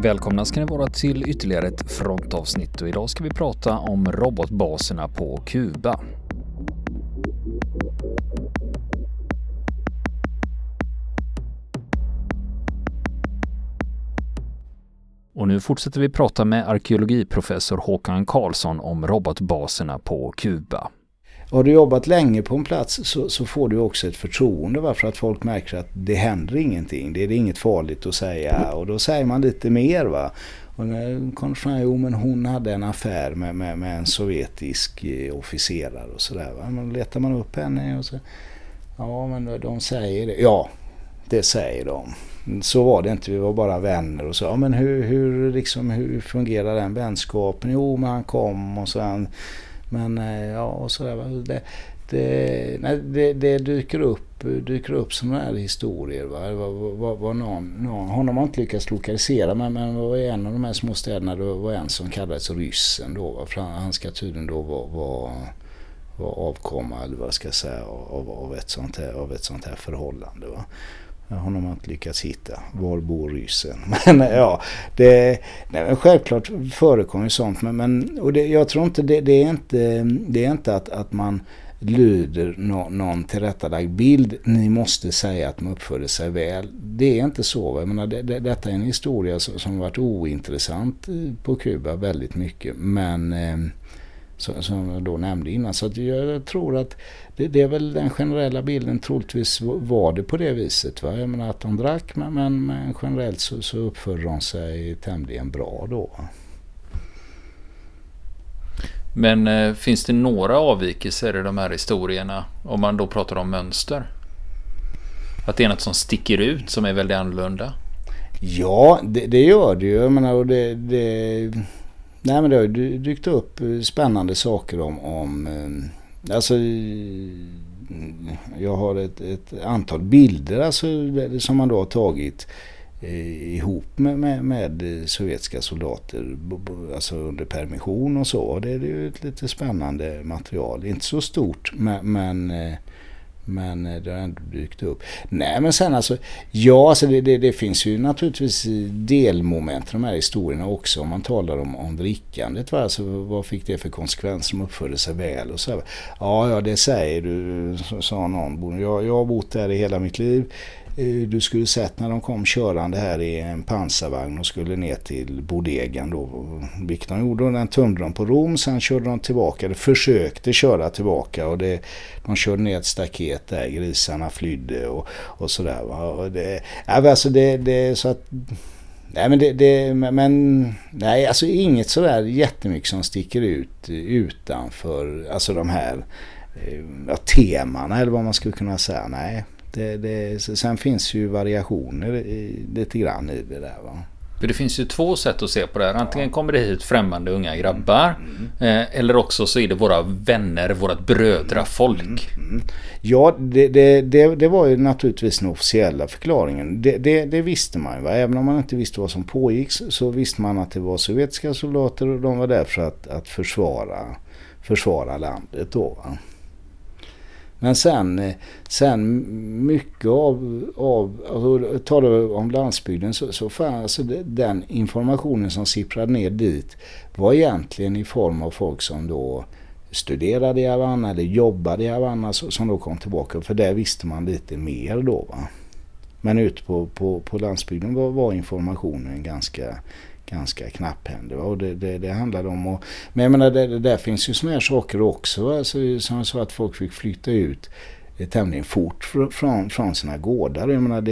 Välkomna ska ni vara till ytterligare ett frontavsnitt och idag ska vi prata om robotbaserna på Kuba. Och nu fortsätter vi prata med arkeologiprofessor Håkan Karlsson om robotbaserna på Kuba. Har du jobbat länge på en plats så får du också ett förtroende för att folk märker att det händer ingenting. Det är inget farligt att säga och då säger man lite mer va. Och när kom fram, men hon hade en affär med en sovjetisk officerare och sådär va. Men letar man upp henne och så, ja men de säger det. Ja, det säger de. Så var det inte, vi var bara vänner och så. Ja, men hur fungerar den vänskapen? Jo, men han kom och så men ja och sådär. Det dyker upp sådana här historier var någon honom har inte lyckats lokalisera men var en av de här små städerna det var en som kallades Ryssen då för han ska tydligen då var avkomma eller vad ska jag säga av ett sånt här förhållande va. Honom har inte lyckats hitta. Var bor ryssen? Men ja, självklart förekommer sånt. Men jag tror inte det är inte att man lyder någon tillrättalagd bild. Ni måste säga att man uppförde sig väl. Det är inte så. Jag menar, detta är en historia som varit ointressant på Kuba väldigt mycket. Men som jag då nämnde innan. Så att jag tror att det är väl den generella bilden, troligtvis var det på det viset. Va? Jag menar att de drack men generellt så uppförde de sig tämligen bra då. Men finns det några avvikelser i de här historierna om man då pratar om mönster? Att det är något som sticker ut som är väldigt annorlunda? Ja, det gör det ju. Jag menar, och nej men det har dykt upp spännande saker om alltså jag har ett antal bilder alltså, som man då har tagit ihop med sovjetiska soldater alltså under permission och så. Det är ju ett lite spännande material. Inte så stort men det har ändå dykt upp. Nej men sen alltså, ja alltså det finns ju naturligtvis delmoment i de här historierna också om man talar om drickandet. Va? Alltså, vad fick det för konsekvenser som uppförde sig väl och så. Ja det säger du, sa någon. Jag har bott där i hela mitt liv. Du skulle sett när de kom körande här i en pansarvagn och skulle ner till bodegan då. Vilket de gjorde, och den tömde de på Rom, sen körde de tillbaka. De försökte köra tillbaka och de körde ner ett staket där, grisarna flydde och sådär. Alltså det så att men nej alltså inget sådär jättemycket som sticker ut utanför alltså de här temana eller vad man skulle kunna säga. Nej. Sen finns ju variationer lite grann i det där va. För det finns ju två sätt att se på det här. Antingen kommer det hit främmande unga grabbar eller också så är det våra vänner, vårat brödrafolk. Ja, det var ju naturligtvis den officiella förklaringen. Det visste man ju va. Även om man inte visste vad som pågick så visste man att det var sovjetiska soldater och de var där för att försvara landet då va. Men sen mycket av alltså, tar du om landsbygden så fan, alltså den informationen som sipprade ner dit var egentligen i form av folk som då studerade i Havanna eller jobbade i Havanna som då kom tillbaka, för där visste man lite mer då va. Men ute på landsbygden var informationen ganska knapphändig och det handlade om men jag menar det där finns ju såna här saker också alltså, som så att folk fick flytta ut tämligen fort från sina gårdar. Jag menar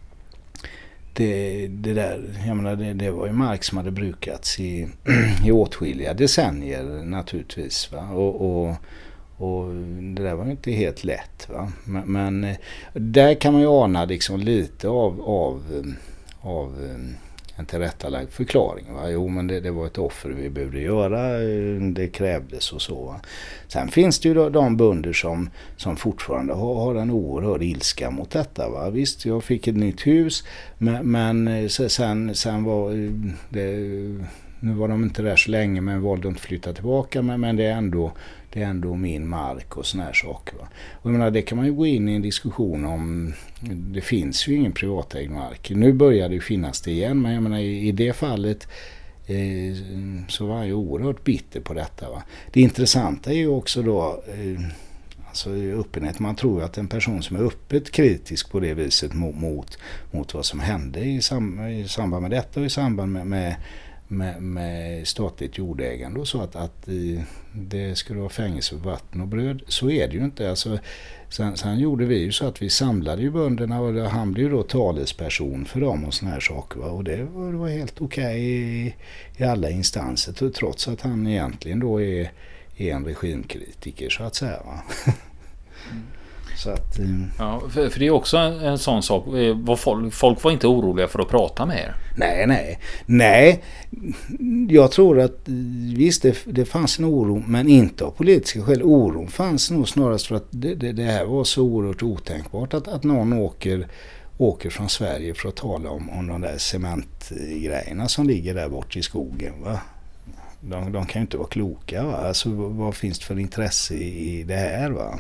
det där jag menar det var ju mark som hade brukats i åtskilliga decennier naturligtvis va och det där var ju inte helt lätt va men där kan man ju ana liksom lite av en tillrättalagd förklaring. Va? Jo, men det var ett offer vi behövde göra. Det krävdes och så. Va? Sen finns det ju de bönder som fortfarande har en oerhörd ilska mot detta. Va? Visst, jag fick ett nytt hus men sen var det... Nu var de inte där så länge men valde inte flytta tillbaka men det är ändå det är ändå min mark och såna här saker. Va? Och jag menar, det kan man ju gå in i en diskussion om. Det finns ju ingen privatägd mark. Nu börjar det ju finnas det igen, men jag menar i det fallet så var jag ju oerhört bitter på detta. Va? Det intressanta är ju också då alltså öppenhet. Man tror ju att en person som är öppet kritisk på det viset mot vad som hände i samband med detta och i samband med statligt jordägande och så att det skulle vara fängelse för vatten och bröd. Så är det ju inte. Alltså, sen gjorde vi ju så att vi samlade ju bönderna och han blev ju då talesperson för dem och såna här saker. Va? Och det var helt okej i alla instanser, trots att han egentligen då är en regimkritiker så att säga. Va? Så att, ja, för det är också en sån sak. Folk var inte oroliga för att prata med er. Nej. Jag tror att visst det fanns en oro, men inte av politiska skäl. Oron fanns nog snarast för att det här var så oerhört otänkbart att någon åker från Sverige för att tala om de där cementgrejerna som ligger där bort i skogen. Va? De kan ju inte vara kloka. Va? Alltså, vad finns det för intresse i det här? Va?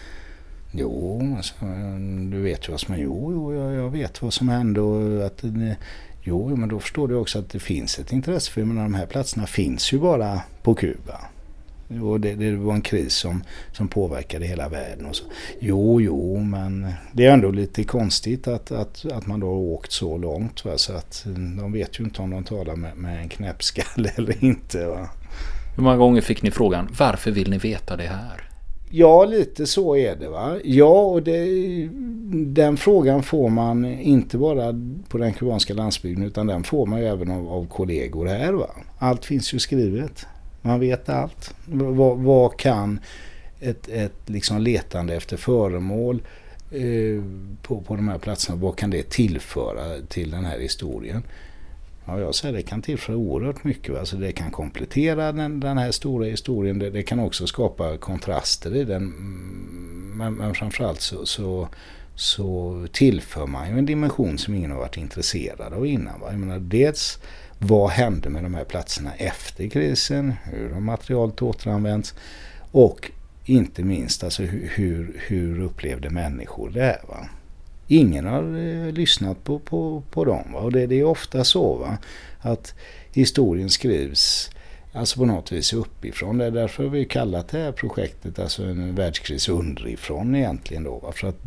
Jo, alltså, du vet ju vad som är. Jag vet vad som hände och att men då förstår du också att det finns ett intresse för de här platserna finns ju bara på Kuba. Och det var en kris som påverkade hela världen och så. Jo, men det är ändå lite konstigt att man då har åkt så långt, va? Så att de vet ju inte om de talar med en knäppskalle eller inte, va? Hur många gånger fick ni frågan, varför vill ni veta det här? Ja, lite så är det, va. Ja, och den frågan får man inte bara på den kubanska landsbygden, utan den får man ju även av kollegor här, va. Allt finns ju skrivet. Man vet allt. Vad kan ett liksom letande efter föremål på de här platserna, vad kan det tillföra till den här historien? Ja, jag säger det kan tillföra oerhört mycket. Alltså det kan komplettera den här stora historien. Det kan också skapa kontraster i den. Men framförallt så tillför man ju en dimension som ingen har varit intresserad av innan. Va? Jag menar, dels vad hände med de här platserna efter krisen? Hur de materialet återanvänds? Och inte minst alltså hur upplevde människor det här, va? Ingen har lyssnat på dem. Va? Och det är ofta så, va? Att historien skrivs alltså på något vis uppifrån. Det är därför har vi kallat det här projektet alltså en världskris underifrån egentligen. Då, va? För att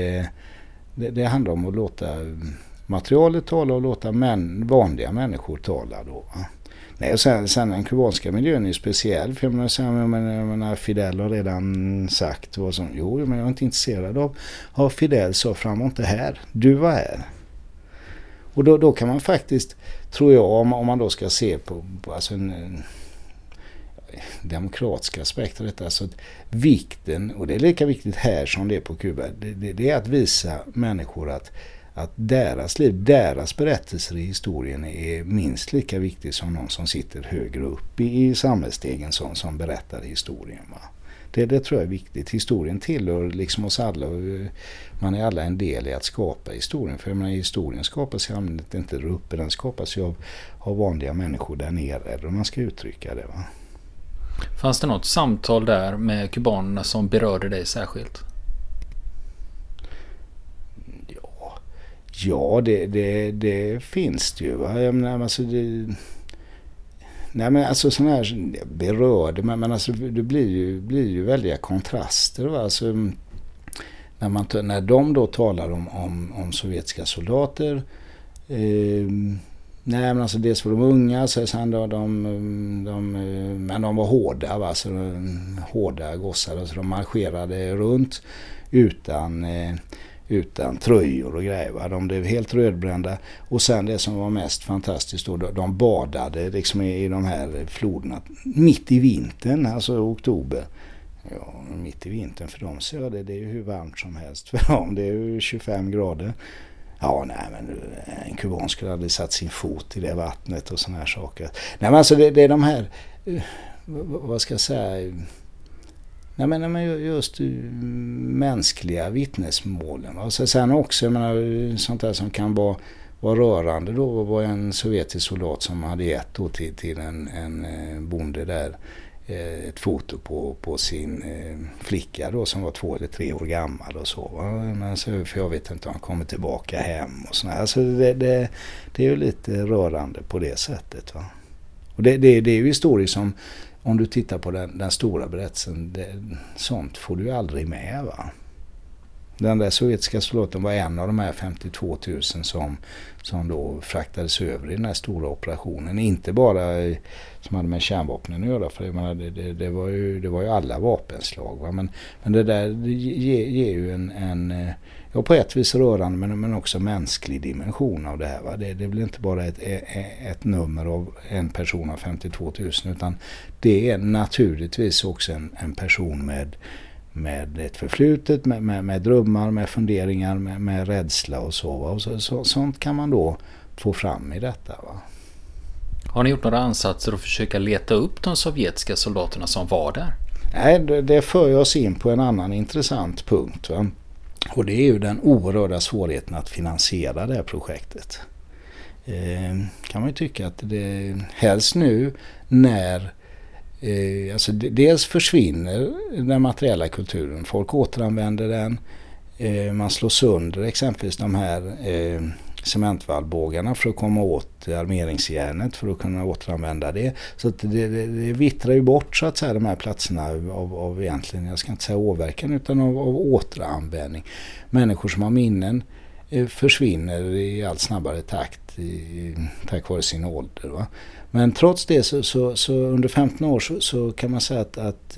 det handlar om att låta materialet tala och låta vanliga människor tala. Då, va? Nej, och sen den kubanska miljön är speciell. För jag menar, Fidel har redan sagt vad som, men jag är inte intresserad av Fidel, så fram inte här. Du var här. Och då kan man faktiskt, tror jag, om man då ska se på alltså en demokratisk aspekt av detta, alltså vikten, och det är lika viktigt här som det är på Kuba, det är att visa människor att deras liv, deras berättelser i historien är minst lika viktigt som någon som sitter högre upp i samhällsstegen som berättar historien. Va? Det tror jag är viktigt. Historien tillhör liksom oss alla och man är alla en del i att skapa historien. För jag menar, historien skapas i allmänhet inte där uppe, den skapas ju av vanliga människor där nere, eller om man ska uttrycka det. Va? Fanns det något samtal där med kubanerna som berörde dig särskilt? Ja, det finns det ju. Va? Jag menar, alltså alltså sån här berörd, men alltså det blir ju väldiga kontraster. Va? Alltså, när de då talar om sovjetiska soldater, men alltså dels var de unga, sen då men de var hårda, va? Så hårda gossar, så de marscherade runt utan tröjor och grejer. Va? De blev helt rödbrända. Och sen det som var mest fantastiskt då, de badade liksom i de här floderna mitt i vintern, alltså oktober. Ja, mitt i vintern för dem så är det är ju hur varmt som helst för dem. Det är ju 25 grader. Ja, nej, men en kuban skulle aldrig satt sin fot i det vattnet och såna här saker. Nej, men alltså det är de här, vad ska jag säga, nej, men just mänskliga vittnesmålen. Och sen också, jag menar, sånt där som kan vara rörande då, var en sovjetisk soldat som hade gett då till en bonde där ett foto på sin flicka då som var 2 eller 3 år gammal och så. Va? Men så, för jag vet inte om han kommer tillbaka hem och sådär. Alltså det är ju lite rörande på det sättet. Va? Och det är ju historier som, om du tittar på den stora berättelsen, sånt får du ju aldrig med. Va? Den där sovjetiska soldaten var en av de här 52 000 som då fraktades över i den här stora operationen. Inte bara som hade med kärnvapnen att göra, för jag menar, det var ju alla vapenslag. Va? Men det där ger ju en på ett vis rörande men också mänsklig dimension av det här. Va? Det blir inte bara ett nummer av en person av 52 000, utan det är naturligtvis också en person med ett förflutet, med drömmar, med funderingar, med rädsla och så. Va? Och sånt kan man då få fram i detta. Va? Har ni gjort några ansatser att försöka leta upp de sovjetiska soldaterna som var där? Nej, det för oss in på en annan intressant punkt. Va? Och det är ju den oerhörda svårigheten att finansiera det här projektet. Kan man ju tycka att det helst nu när alltså dels försvinner den materiella kulturen, folk återanvänder den, man slår sönder exempelvis de här cementvallbågarna för att komma åt armeringsjärnet för att kunna återanvända det. Så att det vittrar ju bort så att säga de här platserna av egentligen, jag ska inte säga åverkan, utan av återanvändning. Människor som har minnen försvinner i allt snabbare takt tack vare sin ålder. Va? Men trots det så under 15 år så kan man säga att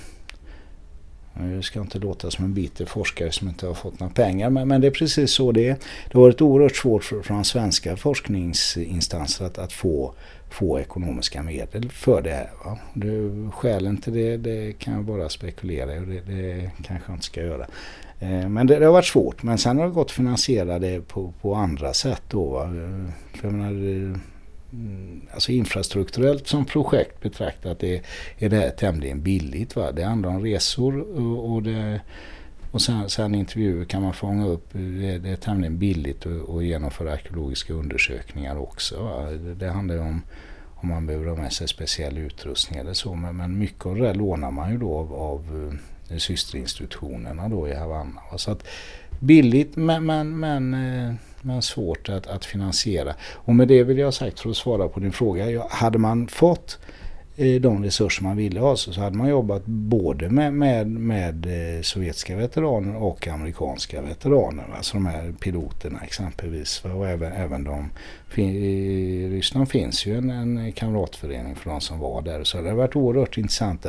jag ska inte låta som en bitter forskare som inte har fått några pengar, men det är precis så det är. Det har varit oerhört svårt för svenska forskningsinstanser att få ekonomiska medel för det här. Va? Skälen till det kan jag bara spekulera i, och det kanske jag inte ska göra. Men det har varit svårt, men sen har det gått att finansiera det på andra sätt då. Va? För jag menar, alltså infrastrukturellt som projekt betraktat är det här tämligen billigt. Va? Det handlar om resor och sen intervjuer kan man fånga upp. Det är tämligen billigt att genomföra arkeologiska undersökningar också. Va? Det handlar ju om man behöver ha med sig speciell utrustning eller så. Men mycket av det där lånar man ju då av systerinstitutionerna då i Havanna. Va? Så att billigt men svårt att finansiera. Och med det vill jag ha sagt, för att svara på din fråga, hade man fått de resurser man ville ha så hade man jobbat både med sovjetiska veteraner och amerikanska veteraner. Alltså de här piloterna exempelvis. Och även i Ryssland finns ju en kamratförening för de som var där. Så det har varit oerhört intressant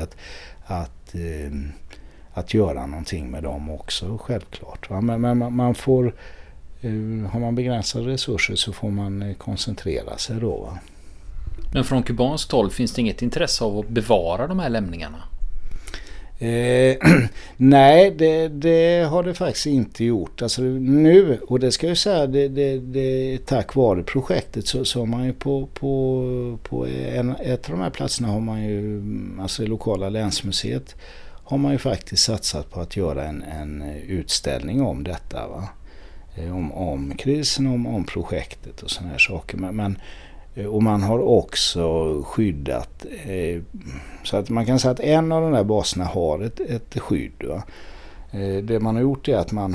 att göra någonting med dem också, självklart. Men man får, har man begränsade resurser så får man koncentrera sig då. Va? Men från kubanskt håll finns det inget intresse av att bevara de här lämningarna? Nej, det har det faktiskt inte gjort. Alltså nu, och det ska jag säga, det tack vare projektet så har man ju på ett av de här platserna har man ju, alltså det lokala länsmuseet, har man ju faktiskt satsat på att göra en utställning om detta. Va? Om krisen, om projektet och sådana här saker. Och man har också skyddat, så att man kan säga att en av de där baserna har ett skydd. Va? Det man har gjort är att man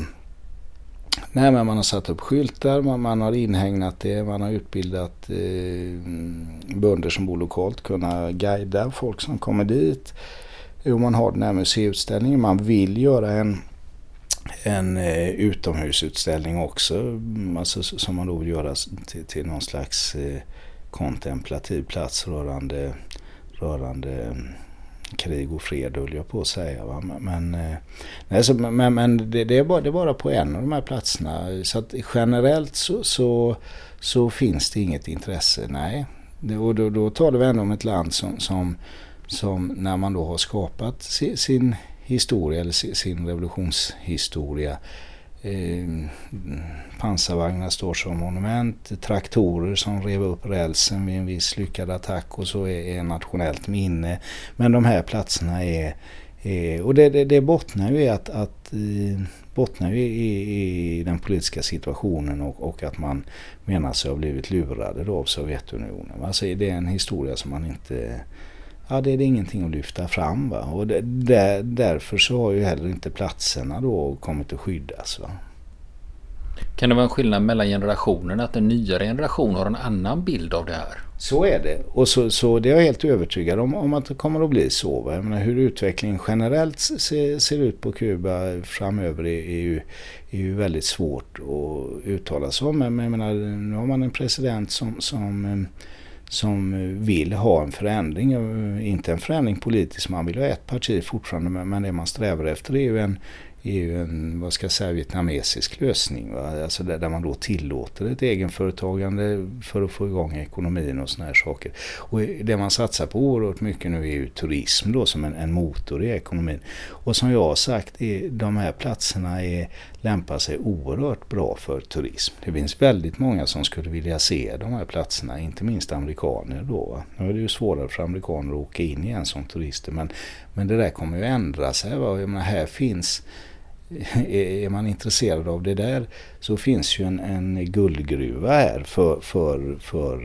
har satt upp skyltar, man har inhägnat det, man har utbildat bönder som bor lokalt kunna guida folk som kommer dit. Och man har den här museiutställningen, man vill göra en utomhusutställning också, alltså, som man då vill göra till någon slags kontemplativ plats rörande krig och fred, höll jag på att säga. Va? Men det är bara på en av de här platserna. Så att generellt så finns det inget intresse. Nej. Och då talar vi ändå om ett land som när man då har skapat sin historia eller sin revolutionshistoria. Pansarvagnar står som monument, traktorer som rev upp rälsen vid en viss lyckad attack och så är nationellt minne. Men de här platserna är och det bottnar ju i den politiska situationen och att man menar sig ha blivit lurade då av Sovjetunionen. Alltså det är en historia som man inte ja, det är ingenting att lyfta fram. Va? Och därför så har ju heller inte platserna då kommit att skyddas. Va? Kan det vara en skillnad mellan generationerna, att en nyare generation har en annan bild av det här? Så är det. Och så det är jag helt övertygad om att det kommer att bli så. Va? Jag menar, hur utvecklingen generellt ser ut på Kuba framöver är ju väldigt svårt att uttala sig om. Men jag menar, nu har man en president som vill ha en förändring. Inte en förändring politiskt, man vill ha ett parti fortfarande, men det man strävar efter är ju en vad ska jag säga, vietnamesisk lösning. Va? Alltså där man då tillåter ett egenföretagande för att få igång ekonomin och såna här saker. Och det man satsar på oerhört mycket nu är ju turism då som en motor i ekonomin. Och som jag har sagt, de här platserna lämpar sig oerhört bra för turism. Det finns väldigt många som skulle vilja se de här platserna, inte minst amerikaner då. Va? Nu är det ju svårare för amerikaner att åka in igen som turister, men det där kommer ju ändra sig. Va? Jag menar, här finns... Är man intresserad av det där så finns ju en guldgruva här för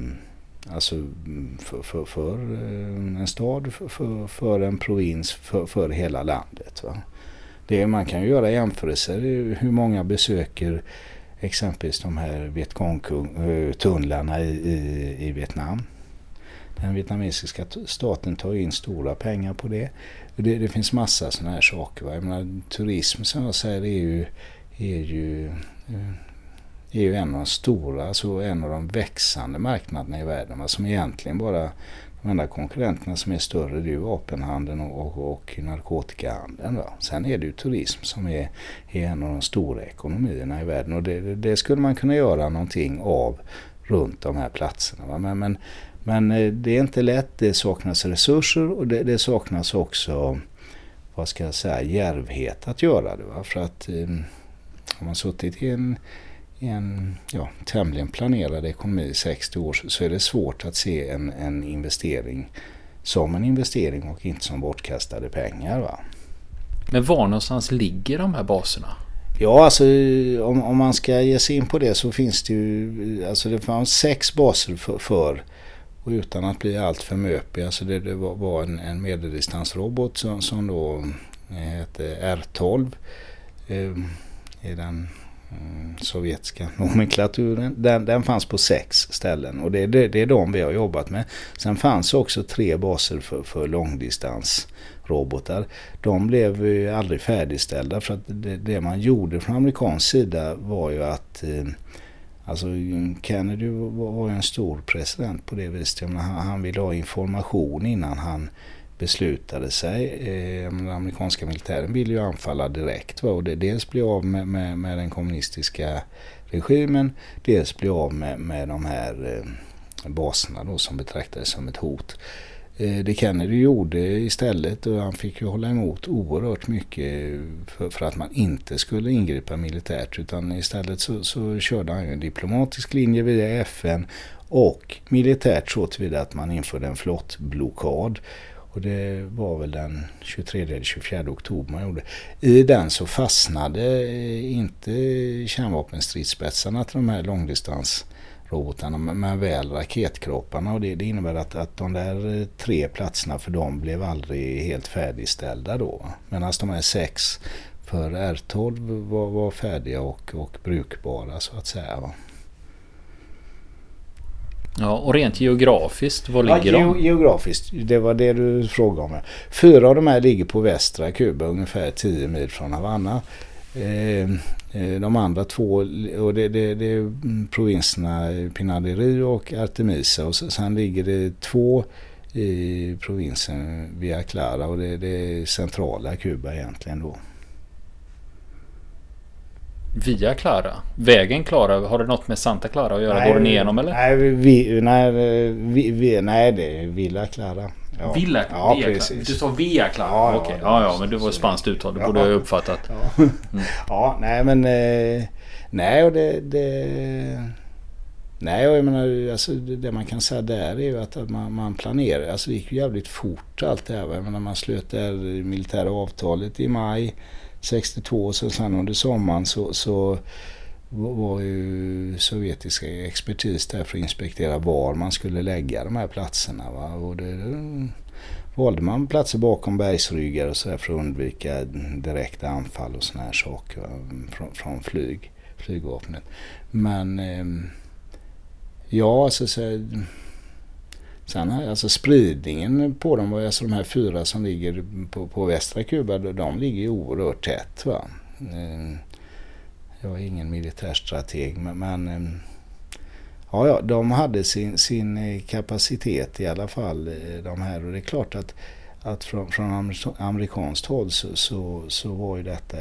en stad, för en provins, för hela landet. Va? Man kan ju göra jämförelser hur många besöker exempelvis de här Vietcong-tunnlarna i Vietnam. Den vietnamesiska staten tar in stora pengar på det. Det finns massa sådana här saker. Va? Jag menar, turism som jag säger är ju en av de stora, alltså en av de växande marknaderna i världen. Va? Som egentligen bara de enda konkurrenterna som är större, det är ju vapenhandeln och narkotikahandeln. Va? Sen är det ju turism som är en av de stora ekonomierna i världen. Och det skulle man kunna göra någonting av runt de här platserna. Va? Men det är inte lätt, det saknas resurser och det saknas också, vad ska jag säga, djärvhet att göra det. Va? För att om man suttit i en tämligen planerad ekonomi i 60 år så är det svårt att se en investering som en investering och inte som bortkastade pengar. Va? Men var någonstans ligger de här baserna? Ja, alltså om man ska ge sig in på det så finns det ju, alltså det fanns 6 baser för och utan att bli allt för möpig. Alltså det var en medeldistansrobot som då hette R12 i den sovjetiska nomenklaturen. Den fanns på 6 ställen och det är de vi har jobbat med. Sen fanns också 3 baser för långdistansrobotar. De blev aldrig färdigställda för att det man gjorde från amerikansk sida var ju att alltså Kennedy var en stor president på det viset. Han ville ha information innan han beslutade sig. Den amerikanska militären ville ju anfalla direkt. Va? Och dels bli av med den kommunistiska regimen, dels bli av med de här baserna då, som betraktades som ett hot. Det Kennedy gjorde istället, och han fick ju hålla emot oerhört mycket för att man inte skulle ingripa militärt, utan istället så körde han ju en diplomatisk linje via FN och militärt så tillvida att man införde en flottblockad. Och det var väl den 23 eller 24 oktober man gjorde. I den så fastnade inte kärnvapenstridsspetsarna till de här långdistansrobotarna, men väl raketkropparna. Och det innebär att de där 3 platserna för dem blev aldrig helt färdigställda då. Medan de här 6 för R12 var färdiga och brukbara så att säga. Va? Ja, och rent geografiskt, var ligger de? Geografiskt, det var det du frågade om. 4 av de här ligger på västra Kuba, ungefär 10 mil från Havanna. De andra 2, och det är provinserna Pinar del Rio och Artemisa. Och sen ligger det 2 i provinsen Villa Clara, och det är centrala Kuba egentligen då. Via Clara? Vägen Clara, har det något med Santa Clara att göra? Nej, går den igenom eller? Nej, det är Villa Clara. Ja. Villa Clara? Du sa Via Clara? Ja, okej. Ja, men det var spanskt uttal. Det borde jag ha uppfattat. Ja, ja nej men... Nej, och Nej, och jag menar, alltså, det man kan säga där är ju att man planerar. Alltså det gick ju jävligt fort allt det här. Jag menar, man slöt det här militära avtalet i maj 62, så sen under sommaren så var ju sovjetiska expertis där för att inspektera var man skulle lägga de här platserna. Va? Och det valde man platser bakom bergsryggar och så där för att undvika direkta anfall och såna här saker från flygvapnet. Men ja, alltså sen alltså spridningen på dem, alltså de här 4 som ligger på västra Kuba, de ligger ju oerhört tätt. Va? Jag är ingen militärstrateg, men ja, de hade sin kapacitet i alla fall, de här. Och det är klart att från amerikanskt håll så var ju detta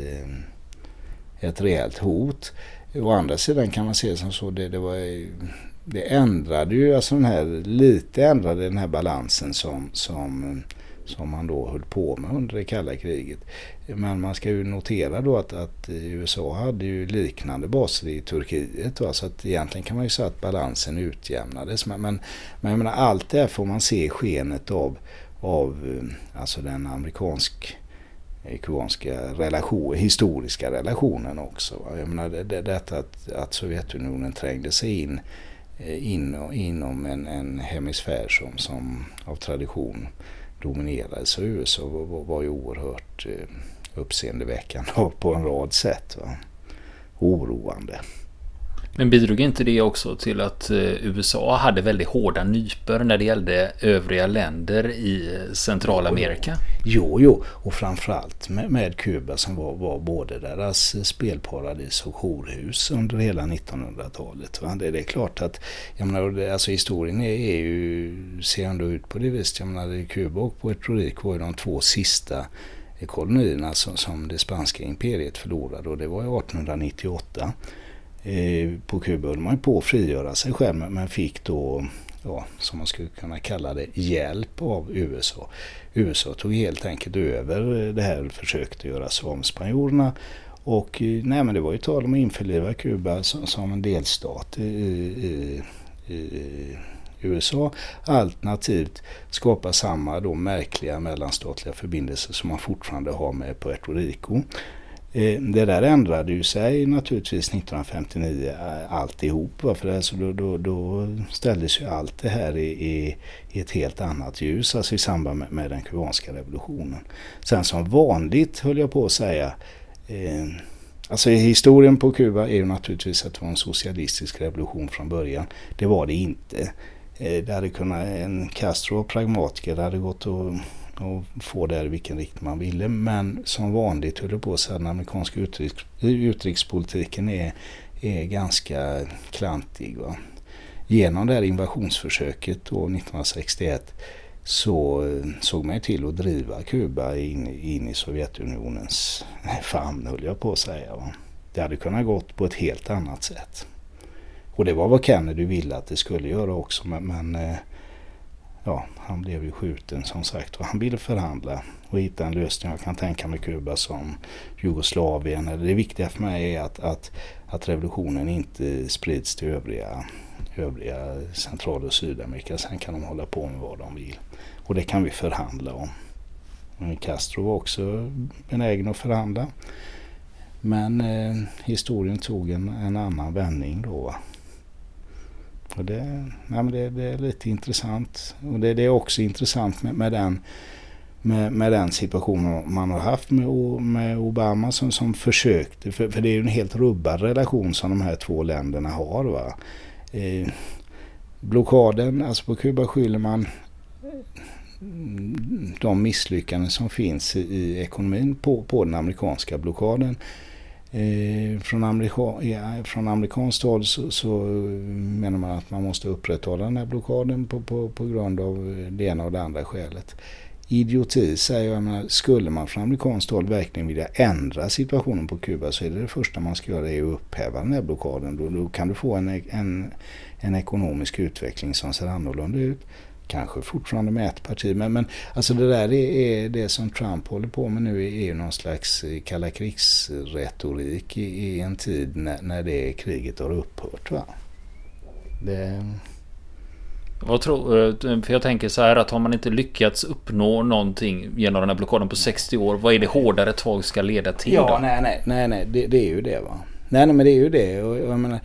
ett rejält hot. Å andra sidan kan man se som så, det ändrade ju, alltså ändrade den här balansen som man då höll på med under det kalla kriget. Men man ska ju notera då att USA hade ju liknande baser i Turkiet. Va? Så att egentligen kan man ju säga att balansen utjämnades. Men jag menar, allt det här får man se i skenet av alltså den amerikansk-kubanska historiska relationen också. Va? Jag menar, detta att Sovjetunionen trängde sig inom en hemisfär som av tradition dominerades av USA var ju oerhört uppseendeväckande på en rad sätt. Va? Oroande. Men bidrog inte det också till att USA hade väldigt hårda nyper när det gällde övriga länder i Centralamerika? Jo, och framförallt med Kuba som var både deras spelparadis och horhus under hela 1900-talet. Va? Det är klart att, jag menar, alltså historien ser ändå ut på det viset. Jag menar, Kuba och Puerto Rico var ju de 2 sista kolonierna som det spanska imperiet förlorade, och det var 1898. På Kuba höll man på att frigöra sig själv, men fick då, som man skulle kunna kalla det, hjälp av USA. USA tog helt enkelt över det här, försökte göra sig om spanjorerna, och men det var ju tal om att införliva Kuba som en delstat i USA, alternativt skapa samma då märkliga mellanstatliga förbindelser som man fortfarande har med Puerto Rico. Det där ändrade ju sig naturligtvis 1959 alltihop, för alltså då ställdes ju allt det här i ett helt annat ljus, alltså i samband med den kubanska revolutionen. Sen som vanligt, höll jag på att säga, alltså historien på Kuba är ju naturligtvis att det var en socialistisk revolution från början. Det var det inte. Det hade kunnat, en Castro och pragmatiker, det hade gått och få det i vilken riktning man ville, men som vanligt höll det på så att den amerikanska utrikespolitiken är ganska klantig. Va? Genom det här invasionsförsöket då 1961 så såg man till att driva Kuba in i Sovjetunionens famn, höll jag på att säga. Va? Det hade kunnat gått på ett helt annat sätt. Och det var vad Kennedy ville att det skulle göra också, men han blev ju skjuten som sagt, och han ville förhandla och hitta en lösning. Jag kan tänka mig Kuba som Jugoslavien. Det viktiga för mig är att revolutionen inte sprids till övriga Central- och Sydamerika. Sen kan de hålla på med vad de vill. Och det kan vi förhandla om. Castro var också benägen att förhandla. Men historien tog en annan vändning då, va? Och det är lite intressant. Och det är också intressant med den situationen man har haft med Obama som försökte. För det är ju en helt rubbad relation som de här 2 länderna har. Va? Blockaden, alltså på Kuba skyller man de misslyckanden som finns i ekonomin på den amerikanska blockaden. Från amerikanskt håll så menar man att man måste upprätthålla den här blockaden på grund av det ena och det andra skälet. Idioti, säger jag, skulle man från amerikanskt håll verkligen vilja ändra situationen på Kuba, så är det första man ska göra är att upphäva den här blockaden. Då kan du få en ekonomisk utveckling som ser annorlunda ut. Kanske fortfarande med ett parti, men alltså det där är det som Trump håller på med nu, är ju någon slags kalla krigsretorik i en tid när det kriget har upphört. Va? För jag tänker så här, att har man inte lyckats uppnå någonting genom den här blockaden på 60 år, vad är det hårdare tag ska leda till? Ja, då? Nej, det är ju det, va. Nej, men det är ju det. Och jag menar,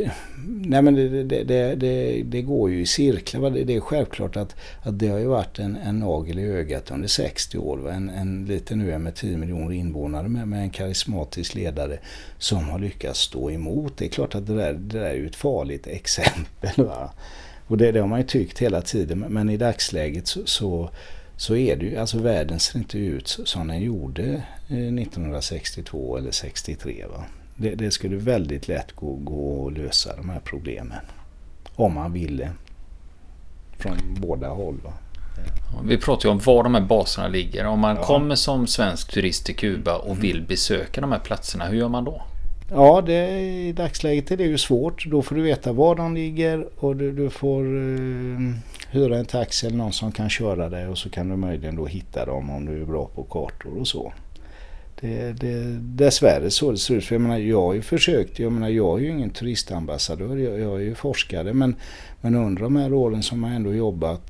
det går ju i cirklar. Det är självklart att det har ju varit en nagel i ögat under 60 år. En liten ö med 10 miljoner invånare med en karismatisk ledare som har lyckats stå emot. Det är klart att det där är ju ett farligt exempel. Va? Och det har man ju tyckt hela tiden. Men i dagsläget så är det ju, alltså världen ser inte ut som den gjorde 1962 eller 63. Va? Det skulle väldigt lätt gå att lösa de här problemen. Om man ville. Från båda håll. Va? Vi pratar ju om var de här baserna ligger. Om man kommer som svensk turist till Kuba och vill besöka de här platserna, hur gör man då? Ja, i dagsläget är det ju svårt. Då får du veta var de ligger och du får hyra en taxi eller någon som kan köra dig och så kan du möjligen då hitta dem om du är bra på kartor och så. Dessvärre så det ser ut. För jag har ju försökt, jag är ju ingen turistambassadör, jag är ju forskare, men under de här åren som jag ändå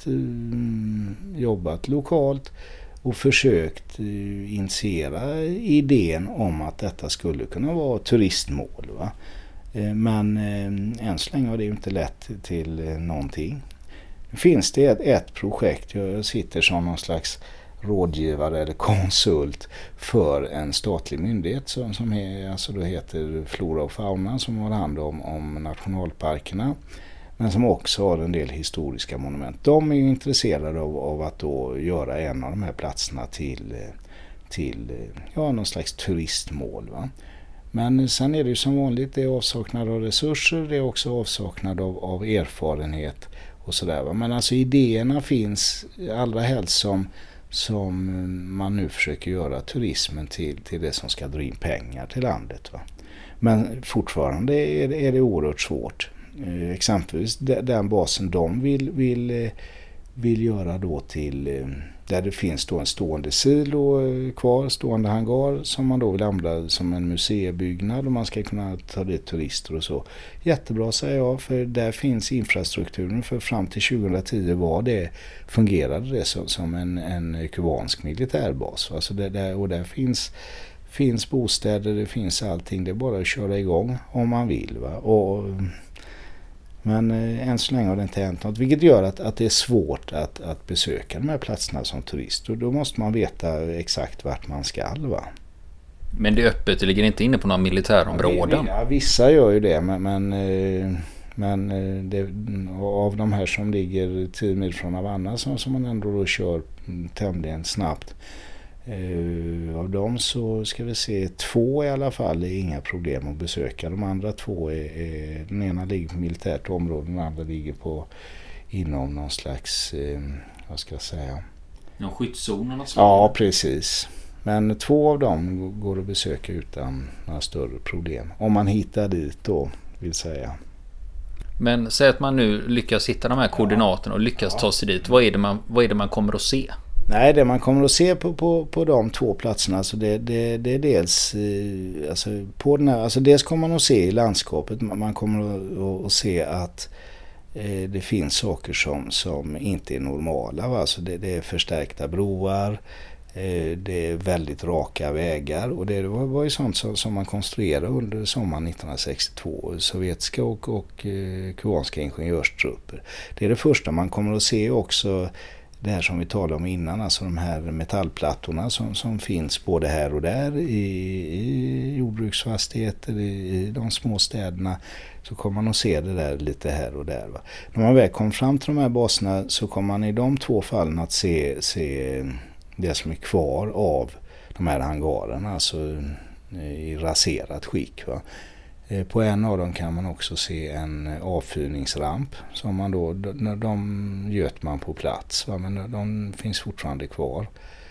jobbat lokalt och försökt initiera idén om att detta skulle kunna vara turistmål. Va? Men än så länge har det ju inte lett till någonting. Finns det ett projekt, jag sitter som någon slags rådgivare eller konsult för en statlig myndighet som då heter Flora och Fauna, som har hand om nationalparkerna, men som också har en del historiska monument. De är ju intresserade av att då göra en av de här platserna till någon slags turistmål. Va? Men sen är det ju som vanligt, det är avsaknad av resurser, det är också avsaknad av erfarenhet och sådär. Va? Men alltså idéerna finns allra helst som man nu försöker göra turismen till det som ska dra in pengar till landet. Va? Men fortfarande är det oerhört svårt. Exempelvis den basen de vill göra då till där det finns då en stående silo kvar, stående hangar som man då vill använda som en museibyggnad och man ska kunna ta dit turister och så. Jättebra, säger jag, för där finns infrastrukturen, för fram till 2010 fungerade det som en kubansk militärbas. Alltså och där finns bostäder, det finns allting, det är bara att köra igång om man vill. Va? Men än så länge har det inte hänt något, vilket gör att det är svårt att besöka de här platserna som turist. Och då måste man veta exakt vart man ska. Va? Men det är öppet, det ligger inte inne på några militärområden? Ja, vissa gör ju det, men av de här som ligger 10 mil från Havanna som man ändå då kör tämligen snabbt, av dem så ska vi se 2 i alla fall är inga problem att besöka. De andra 2 är den ena ligger på militärt område, den andra ligger inom någon slags vad ska jag säga, någon skyddszon eller så? Ja, precis. Men 2 av dem går att besöka utan några större problem. Om man hittar dit då, vill säga. Men säg att man nu lyckas hitta de här koordinaterna och lyckas ta sig dit. Vad är det man kommer att se? Nej, det man kommer att se på de 2 platserna, alltså det är dels alltså på den här, alltså dels kommer man att se i landskapet, man kommer att se att det finns saker som inte är normala. Va? Alltså det är förstärkta broar, det är väldigt raka vägar, och det var ju sånt som man konstruerade under sommaren 1962, sovjetiska och kubanska ingenjörstrupper. Det är det första man kommer att se. Också det här som vi talade om innan, alltså de här metallplattorna som finns både här och där i jordbruksfastigheter, i de små städerna, så kommer man att se det där lite här och där. Va? När man väl kom fram till de här baserna så kommer man i de 2 fallen att se det som är kvar av de här hangarerna, alltså i raserat skick. Va? På en av dem kan man också se en avfyrningsramp som man då, de göt man på plats, va? Men de finns fortfarande kvar.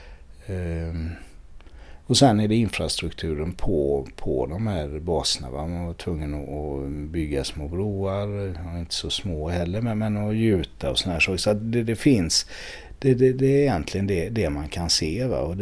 Och sen är det infrastrukturen på de här baserna. Va? Man var tvungen att bygga små broar, inte så små heller, men att gjuta och såna här saker. Så det finns, det är egentligen det man kan se. Va? Och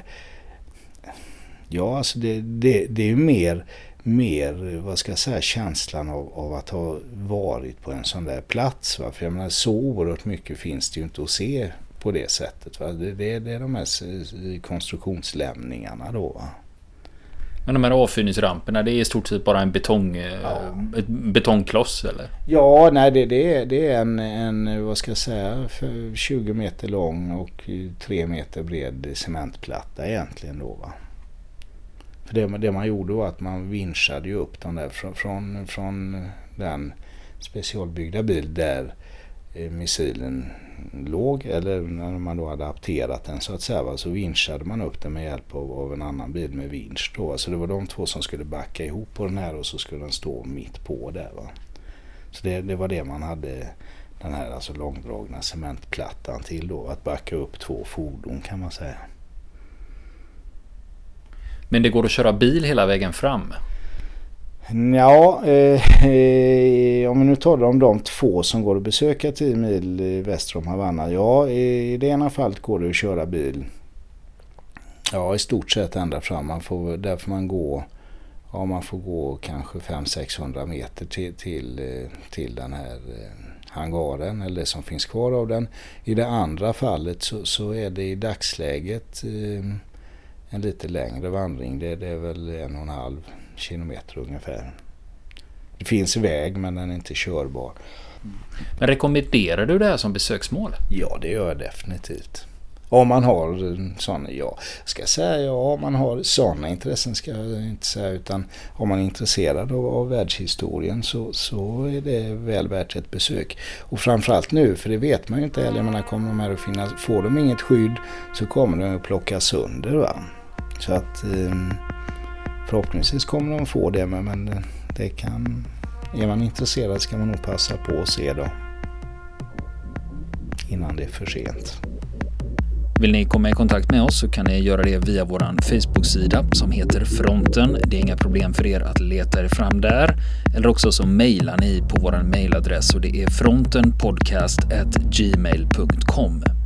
alltså det är ju mer, vad ska jag säga, känslan av att ha varit på en sån där plats. Va? För jag menar, så oerhört mycket finns det ju inte att se på det sättet. Va? Det är de här konstruktionslämningarna då. Va? Men de här avfyrningsramperna, det är i stort sett bara en betongkloss eller? Ja, nej det är en vad ska jag säga, 20 meter lång och 3 meter bred cementplatta egentligen då, va. För det man gjorde var att man vinschade ju upp den där från den specialbyggda bil där missilen låg, eller när man då hade adapterat den så att säga, va, så vinschade man upp den med hjälp av en annan bil med vinsch då. Så det var de två som skulle backa ihop på den här och så skulle den stå mitt på där, va. Så det var det man hade den här alltså långdragna cementplattan till då, att backa upp 2 fordon kan man säga. Men det går att köra bil hela vägen fram? Ja, om vi nu talar om de 2 som går att besöka 10 mil väster om Havanna. Ja, i det ena fallet går det att köra bil. Ja, i stort sett ända fram. Man får gå kanske 500-600 meter till den här hangaren eller det som finns kvar av den. I det andra fallet så är det i dagsläget en lite längre vandring. Det är väl 1,5 kilometer ungefär. Det finns väg men den är inte körbar. Men rekommenderar du det här som besöksmål? Ja, det gör jag definitivt. Om man har sådana, om man har sådana intressen ska jag inte säga, utan om man är intresserad av världshistorien så är det väl värt ett besök. Och framförallt nu, för det vet man ju inte heller, men kommer de här att finnas, får de inget skydd så kommer de att plockas sönder, va. Så att förhoppningsvis kommer de att få det, men det kan, är man intresserad ska man nog passa på att se då innan det är för sent. Vill ni komma i kontakt med oss så kan ni göra det via vår Facebook-sida som heter Fronten. Det är inga problem för er att leta er fram där. Eller också så mejlar ni på vår mejladress och det är frontenpodcast@gmail.com.